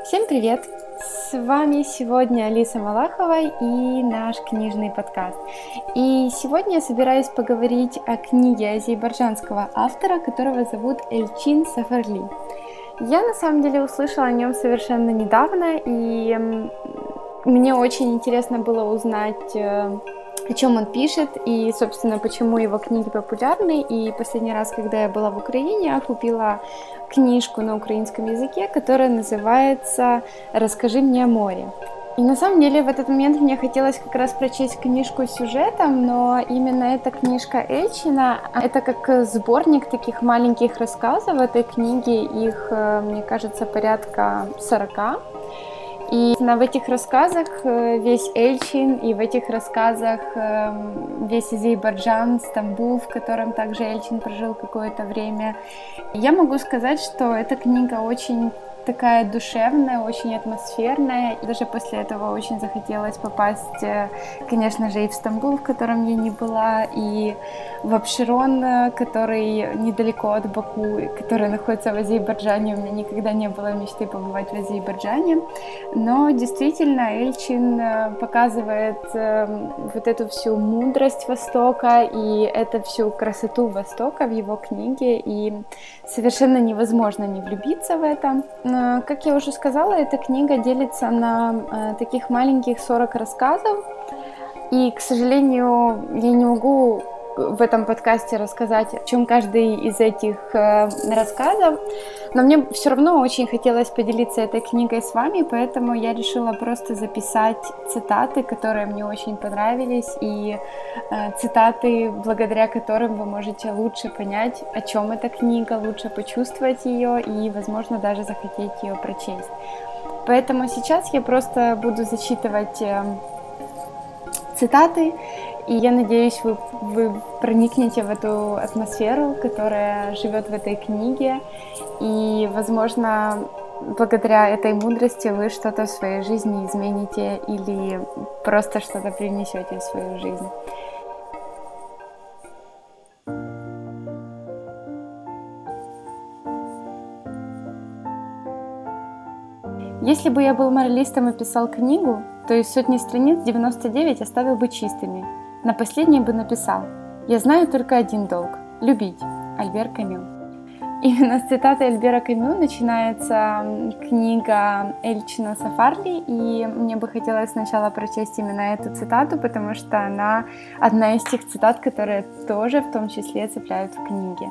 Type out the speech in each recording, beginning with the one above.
Всем привет! С вами сегодня Алиса Малахова и наш книжный подкаст. И сегодня я собираюсь поговорить о книге азербайджанского автора, которого зовут Эльчин Сафарли. Я на самом деле услышала о нем совершенно недавно, и мне очень интересно было узнать, о чем он пишет и, собственно, почему его книги популярны. И последний раз, когда я была в Украине, я купила книжку на украинском языке, которая называется «Расскажи мне о море». И на самом деле в этот момент мне хотелось как раз прочесть книжку с сюжетом, но именно эта книжка Эльчина, это как сборник таких маленьких рассказов. В этой книге их, мне кажется, порядка 40. И в этих рассказах весь Эльчин, и в этих рассказах весь Азербайджан, Стамбул, в котором также Эльчин прожил какое-то время. Я могу сказать, что эта книга очень такая душевная, очень атмосферная. И даже после этого очень захотелось попасть, конечно же, и в Стамбул, в котором я не была, и в Абшерон, который недалеко от Баку, который находится в Азербайджане. У меня никогда не было мечты побывать в Азербайджане. Но действительно Эльчин показывает вот эту всю мудрость Востока и эту всю красоту Востока в его книге. И совершенно невозможно не влюбиться в это. Как я уже сказала, эта книга делится на таких маленьких 40 рассказов. И, к сожалению, я не могу в этом подкасте рассказать, о чем каждый из этих рассказов, но мне все равно очень хотелось поделиться этой книгой с вами, поэтому я решила просто записать цитаты, которые мне очень понравились, и цитаты, благодаря которым вы можете лучше понять, о чем эта книга, лучше почувствовать ее и, возможно, даже захотеть ее прочесть. Поэтому сейчас я просто буду зачитывать цитаты, и я надеюсь, вы проникнете в эту атмосферу, которая живет в этой книге, и, возможно, благодаря этой мудрости вы что-то в своей жизни измените или просто что-то привнесете в свою жизнь. Если бы я был моралистом и писал книгу, то из сотни страниц 99 оставил бы чистыми. На последней бы написал: «Я знаю только один долг – любить». Альбер Камю. Именно с цитаты Альбера Камю начинается книга Эльчина Сафарли, и мне бы хотелось сначала прочесть именно эту цитату, потому что она одна из тех цитат, которые тоже в том числе цепляют в книге.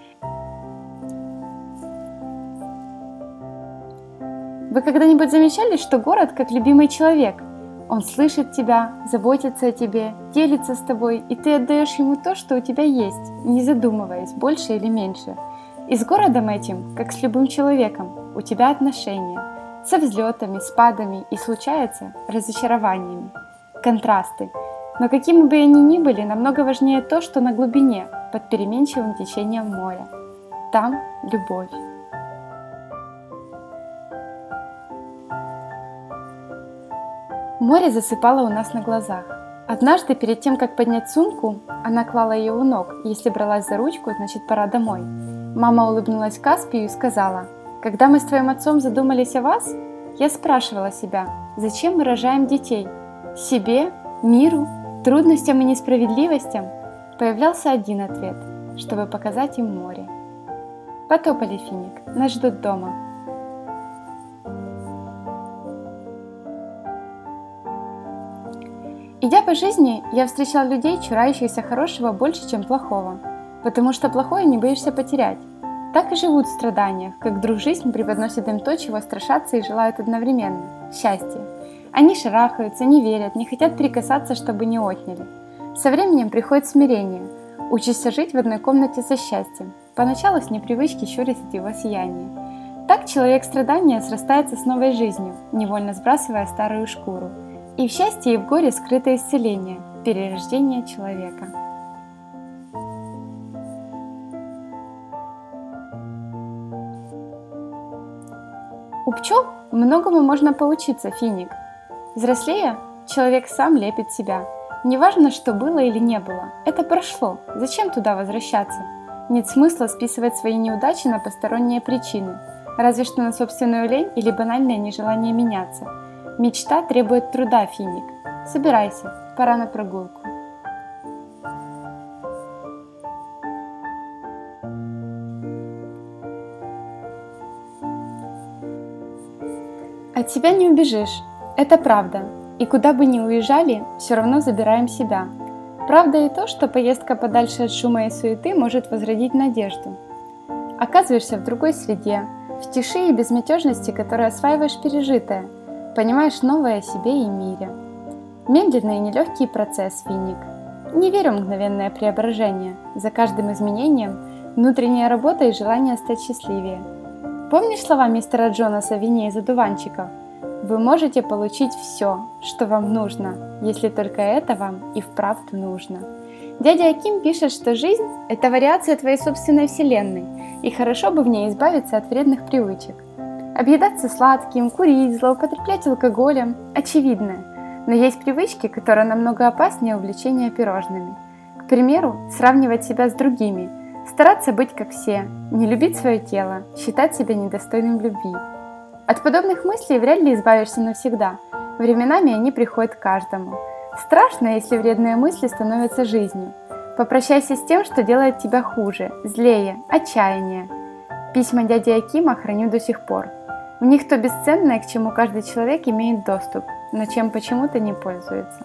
Вы когда-нибудь замечали, что город как любимый человек? Он слышит тебя, заботится о тебе, делится с тобой, и ты отдаешь ему то, что у тебя есть, не задумываясь, больше или меньше. И с городом этим, как с любым человеком, у тебя отношения, со взлетами, спадами и, случается, разочарованиями, контрасты. Но какими бы они ни были, намного важнее то, что на глубине, под переменчивым течением моря. Там любовь. Море засыпало у нас на глазах. Однажды, перед тем, как поднять сумку, она клала ее у ног. Если бралась за ручку, значит, пора домой. Мама улыбнулась Каспию и сказала: «Когда мы с твоим отцом задумались о вас, я спрашивала себя, зачем мы рожаем детей? Себе, миру, трудностям и несправедливостям?» Появлялся один ответ – чтобы показать им море. Потопали, Финик, нас ждут дома. Идя по жизни, я встречал людей, чурающихся хорошего больше, чем плохого, потому что плохое не боишься потерять. Так и живут в страданиях, как вдруг жизнь преподносит им то, чего страшатся и желают одновременно – счастье. Они шарахаются, не верят, не хотят прикасаться, чтобы не отняли. Со временем приходит смирение. Учишься жить в одной комнате со счастьем. Поначалу с непривычки щурясь от его сияния. Так человек страдания срастается с новой жизнью, невольно сбрасывая старую шкуру. И в счастье, и в горе скрыто исцеление, перерождение человека. У пчел многому можно поучиться, Финик. Взрослея, человек сам лепит себя. Неважно, что было или не было, это прошло, зачем туда возвращаться? Нет смысла списывать свои неудачи на посторонние причины. разве что на собственную лень или банальное нежелание меняться. Мечта требует труда, финик. Собирайся, пора на прогулку. От себя не убежишь, это правда. И куда бы ни уезжали, все равно забираем себя. Правда и то, что поездка подальше от шума и суеты может возродить надежду. Оказываешься в другой среде, в тиши и безмятежности, которой осваиваешь пережитое, понимаешь новое о себе и мире. Медленный и нелегкий процесс, финик. Не верю в мгновенное преображение. За каждым изменением внутренняя работа и желание стать счастливее. Помнишь слова мистера Джона о вине из одуванчиков? Вы можете получить все, что вам нужно, если только это вам и вправду нужно. Дядя Аким пишет, что жизнь – это вариация твоей собственной вселенной, и хорошо бы в ней избавиться от вредных привычек. Объедаться сладким, курить, злоупотреблять алкоголем – очевидное, но есть привычки, которые намного опаснее увлечения пирожными. К примеру, сравнивать себя с другими, стараться быть как все, не любить свое тело, считать себя недостойным любви. От подобных мыслей вряд ли избавишься навсегда, временами они приходят к каждому. Страшно, если вредные мысли становятся жизнью. Попрощайся с тем, что делает тебя хуже, злее, отчаяннее. Письма дяди Акима храню до сих пор. В них то бесценное, к чему каждый человек имеет доступ, но чем почему-то не пользуется.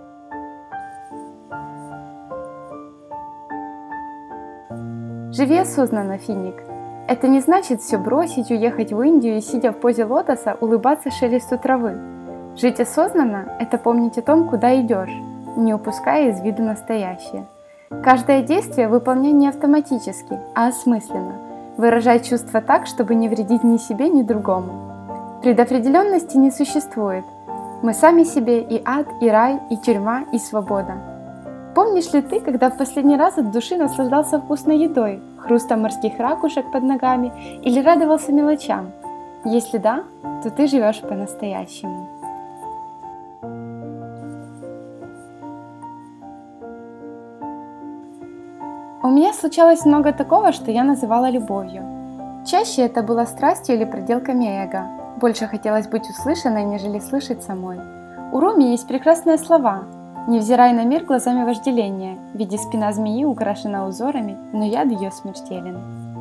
Живи осознанно, финик. Это не значит все бросить, уехать в Индию и, сидя в позе лотоса, улыбаться шелесту травы. Жить осознанно – это помнить о том, куда идешь, не упуская из виду настоящее. Каждое действие выполнять не автоматически, а осмысленно. Выражать чувства так, чтобы не вредить ни себе, ни другому. Предопределенности не существует. Мы сами себе и ад, и рай, и тюрьма, и свобода. Помнишь ли ты, когда в последний раз от души наслаждался вкусной едой, хрустом морских ракушек под ногами или радовался мелочам? Если да, то ты живешь по-настоящему. У меня случалось много такого, что я называла любовью. Чаще это было страстью или проделками эго. Больше хотелось быть услышанной, нежели слышать самой. У Руми есть прекрасные слова: «Не взирай на мир глазами вожделения, видя спина змеи украшена узорами, но яд ее смертелен».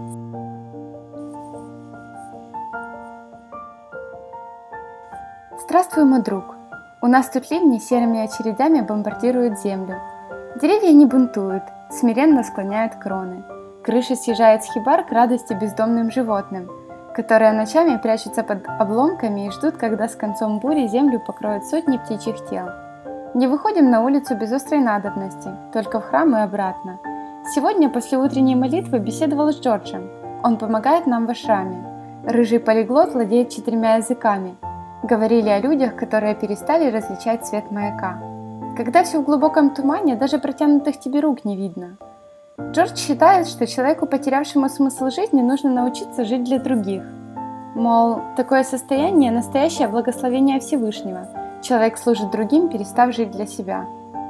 Здравствуй, мой друг. У нас тут ливни серыми очередями бомбардируют землю. Деревья не бунтуют, смиренно склоняют кроны. Крыши съезжают с хибар к радости бездомным животным, которые ночами прячутся под обломками и ждут, когда с концом бури землю покроют сотни птичьих тел. Не выходим на улицу без острой надобности, только в храм и обратно. Сегодня после утренней молитвы беседовал с Джорджем. Он помогает нам в ашраме. Рыжий полиглот владеет 4 языками. Говорили о людях, которые перестали различать цвет маяка. Когда все в глубоком тумане, даже протянутых тебе рук не видно. Джордж считает, что человеку, потерявшему смысл жизни, нужно научиться жить для других. Мол, такое состояние – настоящее благословение Всевышнего. Человек служит другим, перестав жить для себя.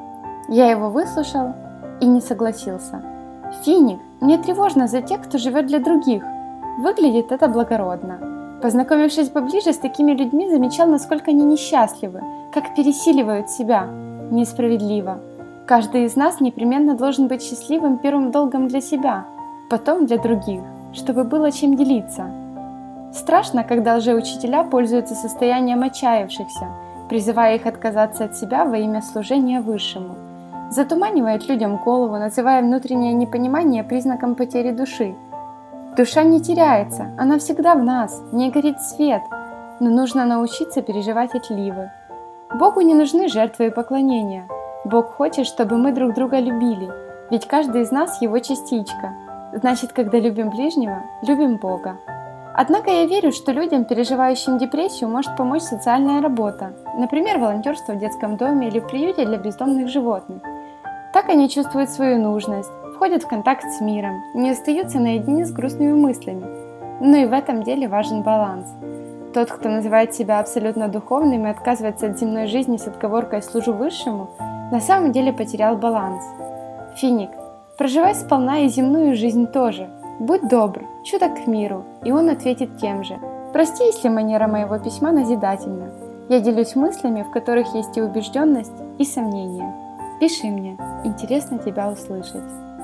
Я его выслушал и не согласился. Финик, мне тревожно за тех, кто живет для других. Выглядит это благородно. Познакомившись поближе с такими людьми, замечал, насколько они несчастливы, как пересиливают себя. Несправедливо. Каждый из нас непременно должен быть счастливым первым долгом для себя, потом для других, чтобы было чем делиться. Страшно, когда лжеучителя пользуются состоянием отчаявшихся, призывая их отказаться от себя во имя служения Высшему. Затуманивает людям голову, называя внутреннее непонимание признаком потери души. Душа не теряется, она всегда в нас, в ней горит свет, но нужно научиться переживать отливы. Богу не нужны жертвы и поклонения. Бог хочет, чтобы мы друг друга любили, ведь каждый из нас его частичка. Значит, когда любим ближнего, любим Бога. Однако я верю, что людям, переживающим депрессию, может помочь социальная работа, например, волонтерство в детском доме или в приюте для бездомных животных. Так они чувствуют свою нужность, входят в контакт с миром, не остаются наедине с грустными мыслями. Но и в этом деле важен баланс. Тот, кто называет себя абсолютно духовным и отказывается от земной жизни с отговоркой «служу Высшему», на самом деле потерял баланс. Финик, проживай сполна и земную жизнь тоже. Будь добр, чуток к миру, и он ответит тем же. Прости, если манера моего письма назидательна. Я делюсь мыслями, в которых есть и убежденность, и сомнения. Пиши мне, интересно тебя услышать.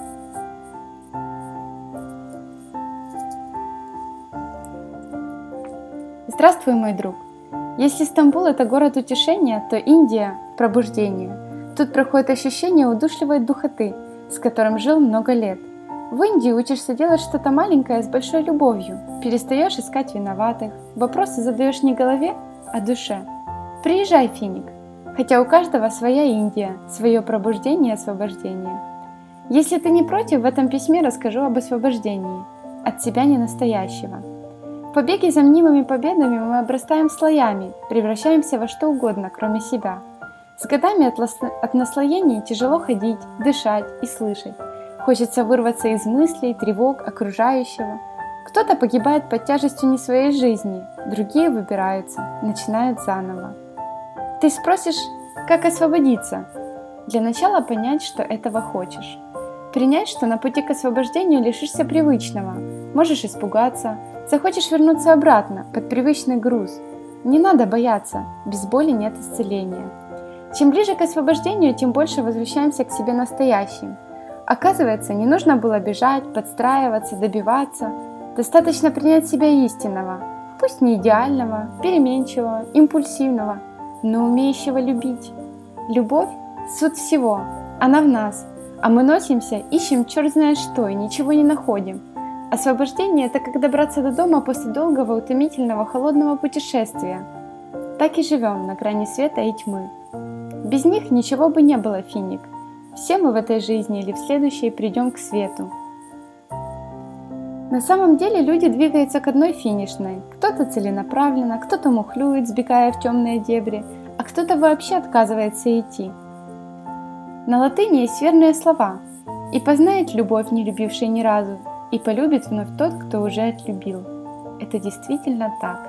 Здравствуй, мой друг. Если Стамбул – это город утешения, то Индия – пробуждение. Тут проходит ощущение удушливой духоты, с которым жил много лет. В Индии учишься делать что-то маленькое с большой любовью, перестаешь искать виноватых, вопросы задаешь не голове, а душе. Приезжай, Финик, хотя у каждого своя Индия, свое пробуждение и освобождение. Если ты не против, в этом письме расскажу об освобождении, от себя ненастоящего. В побеге за мнимыми победами мы обрастаем слоями, превращаемся во что угодно, кроме себя. С годами от наслоений тяжело ходить, дышать и слышать. Хочется вырваться из мыслей, тревог, окружающего. Кто-то погибает под тяжестью не своей жизни, другие выбираются, начинают заново. Ты спросишь, как освободиться? Для начала понять, что этого хочешь. Принять, что на пути к освобождению лишишься привычного. Можешь испугаться, захочешь вернуться обратно, под привычный груз. Не надо бояться, без боли нет исцеления. Чем ближе к освобождению, тем больше возвращаемся к себе настоящим. Оказывается, не нужно было бежать, подстраиваться, добиваться. Достаточно принять себя истинного, пусть не идеального, переменчивого, импульсивного, но умеющего любить. Любовь – суть всего, она в нас, а мы носимся, ищем черт знает что и ничего не находим. Освобождение – это как добраться до дома после долгого, утомительного, холодного путешествия. Так и живем на грани света и тьмы. Без них ничего бы не было, Финик. Все мы в этой жизни или в следующей придем к свету. На самом деле люди двигаются к одной финишной. Кто-то целенаправленно, кто-то мухлюет, сбегая в темные дебри, а кто-то вообще отказывается идти. На латыни есть верные слова. «И познает любовь, не любивший ни разу, и полюбит вновь тот, кто уже отлюбил». Это действительно так.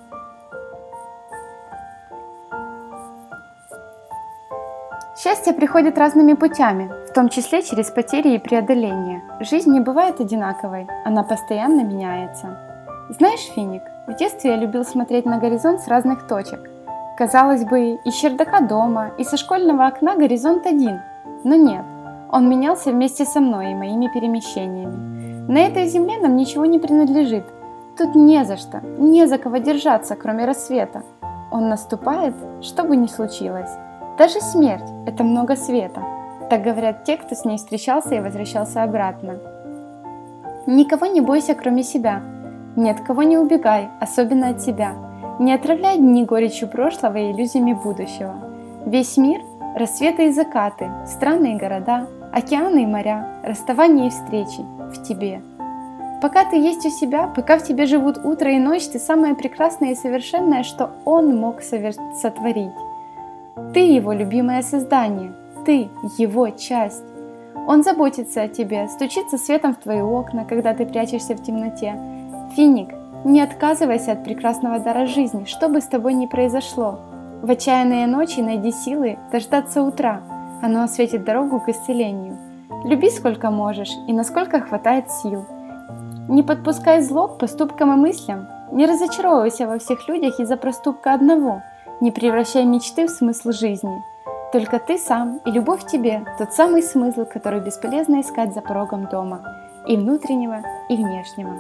Счастье приходит разными путями, в том числе через потери и преодоления. Жизнь не бывает одинаковой, она постоянно меняется. Знаешь, Финик, в детстве я любил смотреть на горизонт с разных точек. Казалось бы, из чердака дома, и со школьного окна горизонт один. Но нет, он менялся вместе со мной и моими перемещениями. На этой земле нам ничего не принадлежит. Тут не за что, не за кого держаться, кроме рассвета. Он наступает, что бы ни случилось. Даже смерть – это много света. Так говорят те, кто с ней встречался и возвращался обратно. Никого не бойся, кроме себя. Ни от кого не убегай, особенно от себя. Не отравляй дни горечью прошлого и иллюзиями будущего. Весь мир – рассветы и закаты, страны и города, океаны и моря, расставания и встречи в тебе. Пока ты есть у себя, пока в тебе живут утро и ночь, ты самое прекрасное и совершенное, что Он мог сотворить. Ты его любимое создание, ты его часть. Он заботится о тебе, стучится светом в твои окна, когда ты прячешься в темноте. Финик, не отказывайся от прекрасного дара жизни, что бы с тобой ни произошло. В отчаянные ночи найди силы дождаться утра, оно осветит дорогу к исцелению. Люби сколько можешь и насколько хватает сил. Не подпускай зло к поступкам и мыслям, не разочаровывайся во всех людях из-за проступка одного. Не превращай мечты в смысл жизни. Только ты сам и любовь в тебе – тот самый смысл, который бесполезно искать за порогом дома, и внутреннего, и внешнего.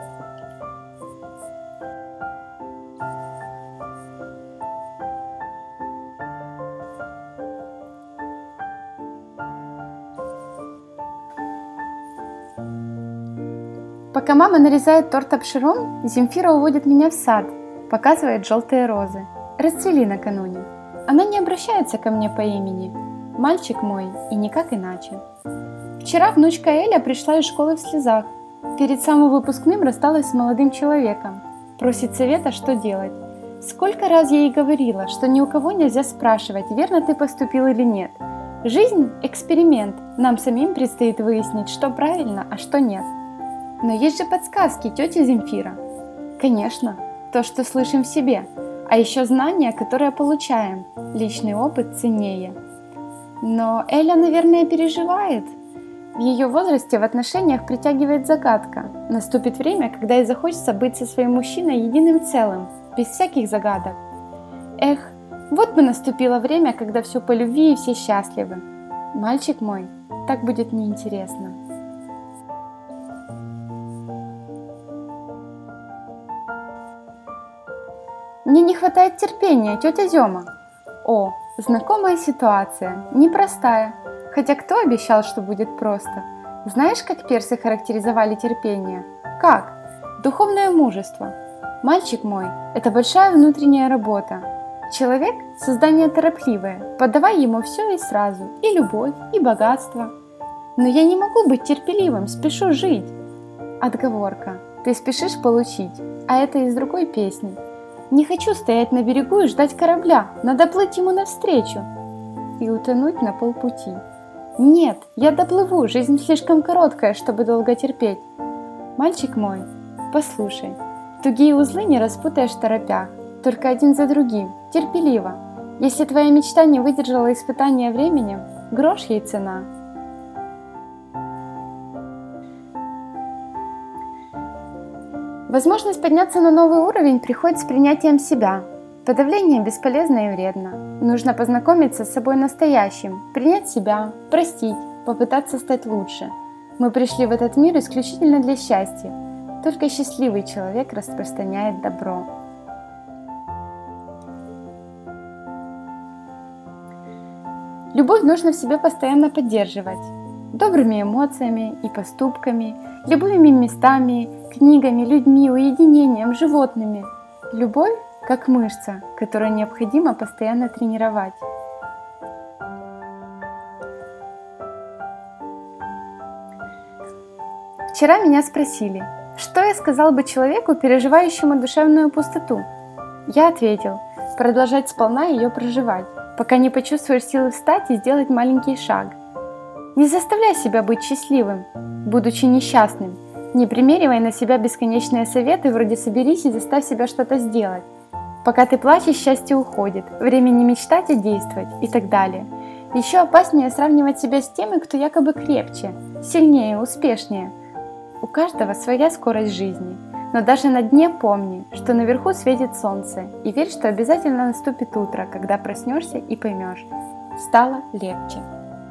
Пока мама нарезает торт обширом, Земфира уводит меня в сад, показывает желтые розы. Расцвели накануне. Она не обращается ко мне по имени. Мальчик мой, и никак иначе. Вчера внучка Эля пришла из школы в слезах. Перед самым выпускным рассталась с молодым человеком. Просит совета, что делать. Сколько раз я ей говорила, что ни у кого нельзя спрашивать, верно ты поступил или нет. Жизнь – эксперимент. Нам самим предстоит выяснить, что правильно, а что нет. Но есть же подсказки, тетя Земфира. Конечно, то, что слышим в себе. А еще знания, которые получаем. Личный опыт ценнее. Но Эля, наверное, переживает. В ее возрасте в отношениях притягивает загадка. Наступит время, когда ей захочется быть со своим мужчиной единым целым, без всяких загадок. Эх, вот бы наступило время, когда все по любви и все счастливы. Мальчик мой, так будет неинтересно. Мне не хватает терпения, тетя Зема. О, знакомая ситуация, непростая. Хотя кто обещал, что будет просто? Знаешь, как персы характеризовали терпение? Как? Духовное мужество. Мальчик мой, это большая внутренняя работа. Человек – создание торопливое, подавай ему все и сразу, и любовь, и богатство. Но я не могу быть терпеливым, спешу жить. Отговорка. Ты спешишь получить, а это из другой песни. Не хочу стоять на берегу и ждать корабля, надо плыть ему навстречу и утонуть на полпути. Нет, я доплыву, жизнь слишком короткая, чтобы долго терпеть. Мальчик мой, послушай, тугие узлы не распутаешь в торопях, только один за другим, терпеливо. Если твоя мечта не выдержала испытания временем, грош ей цена. Возможность подняться на новый уровень приходит с принятием себя. Подавление бесполезно и вредно. Нужно познакомиться с собой настоящим, принять себя, простить, попытаться стать лучше. Мы пришли в этот мир исключительно для счастья. Только счастливый человек распространяет добро. Любовь нужно в себе постоянно поддерживать. Добрыми эмоциями и поступками, любыми местами, книгами, людьми, уединением, животными. Любовь как мышца, которую необходимо постоянно тренировать. Вчера меня спросили, что я сказал бы человеку, переживающему душевную пустоту. Я ответил, продолжать сполна ее проживать, пока не почувствуешь силы встать и сделать маленький шаг. Не заставляй себя быть счастливым, будучи несчастным. Не примеривай на себя бесконечные советы вроде «соберись и заставь себя что-то сделать». Пока ты плачешь, счастье уходит, время не мечтать, а действовать и так далее. Еще опаснее сравнивать себя с теми, кто якобы крепче, сильнее, успешнее. У каждого своя скорость жизни, но даже на дне помни, что наверху светит солнце, и верь, что обязательно наступит утро, когда проснешься и поймешь – стало легче.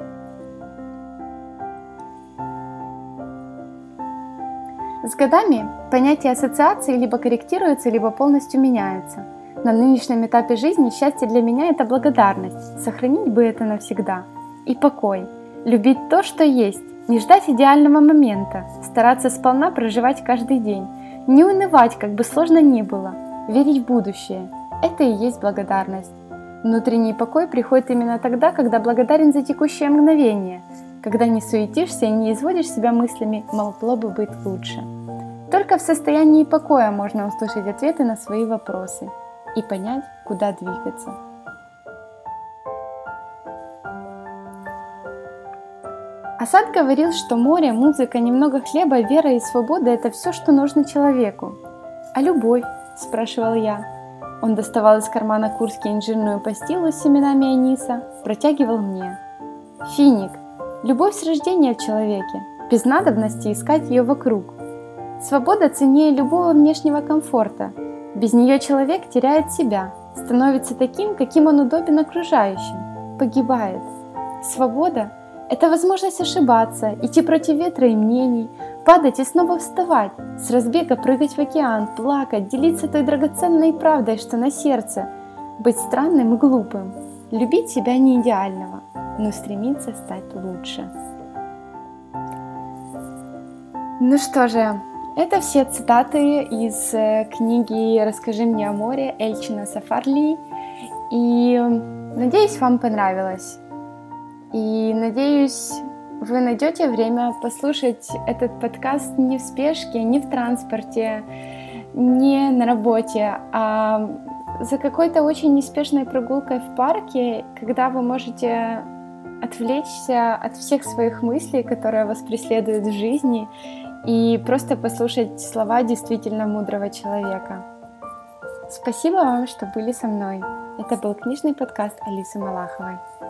С годами понятие ассоциации либо корректируется, либо полностью меняется. На нынешнем этапе жизни счастье для меня – это благодарность, сохранить бы это навсегда. И покой, любить то, что есть, не ждать идеального момента, стараться сполна проживать каждый день, не унывать, как бы сложно ни было, верить в будущее – это и есть благодарность. Внутренний покой приходит именно тогда, когда благодарен за текущее мгновение, когда не суетишься и не изводишь себя мыслями «могло бы быть лучше». Только в состоянии покоя можно услышать ответы на свои вопросы и понять, куда двигаться. Асад говорил, что море, музыка, немного хлеба, вера и свобода – это все, что нужно человеку. «А любовь?» – спрашивал я. Он доставал из кармана Курский инжирную пастилу с семенами аниса, протягивал мне. «Финик, любовь с рождения в человеке, без надобности искать ее вокруг. Свобода ценнее любого внешнего комфорта. Без нее человек теряет себя, становится таким, каким он удобен окружающим, погибает. Свобода – это возможность ошибаться, идти против ветра и мнений, падать и снова вставать, с разбега прыгать в океан, плакать, делиться той драгоценной правдой, что на сердце, быть странным и глупым, любить себя не идеального, но стремиться стать лучше». Ну что же, это все цитаты из книги «Расскажи мне о море» Эльчина Сафарли. И надеюсь, вам понравилось. И надеюсь, вы найдете время послушать этот подкаст не в спешке, не в транспорте, не на работе, а за какой-то очень неспешной прогулкой в парке, когда вы можете отвлечься от всех своих мыслей, которые вас преследуют в жизни, и просто послушать слова действительно мудрого человека. Спасибо вам, что были со мной. Это был книжный подкаст Алисы Малаховой.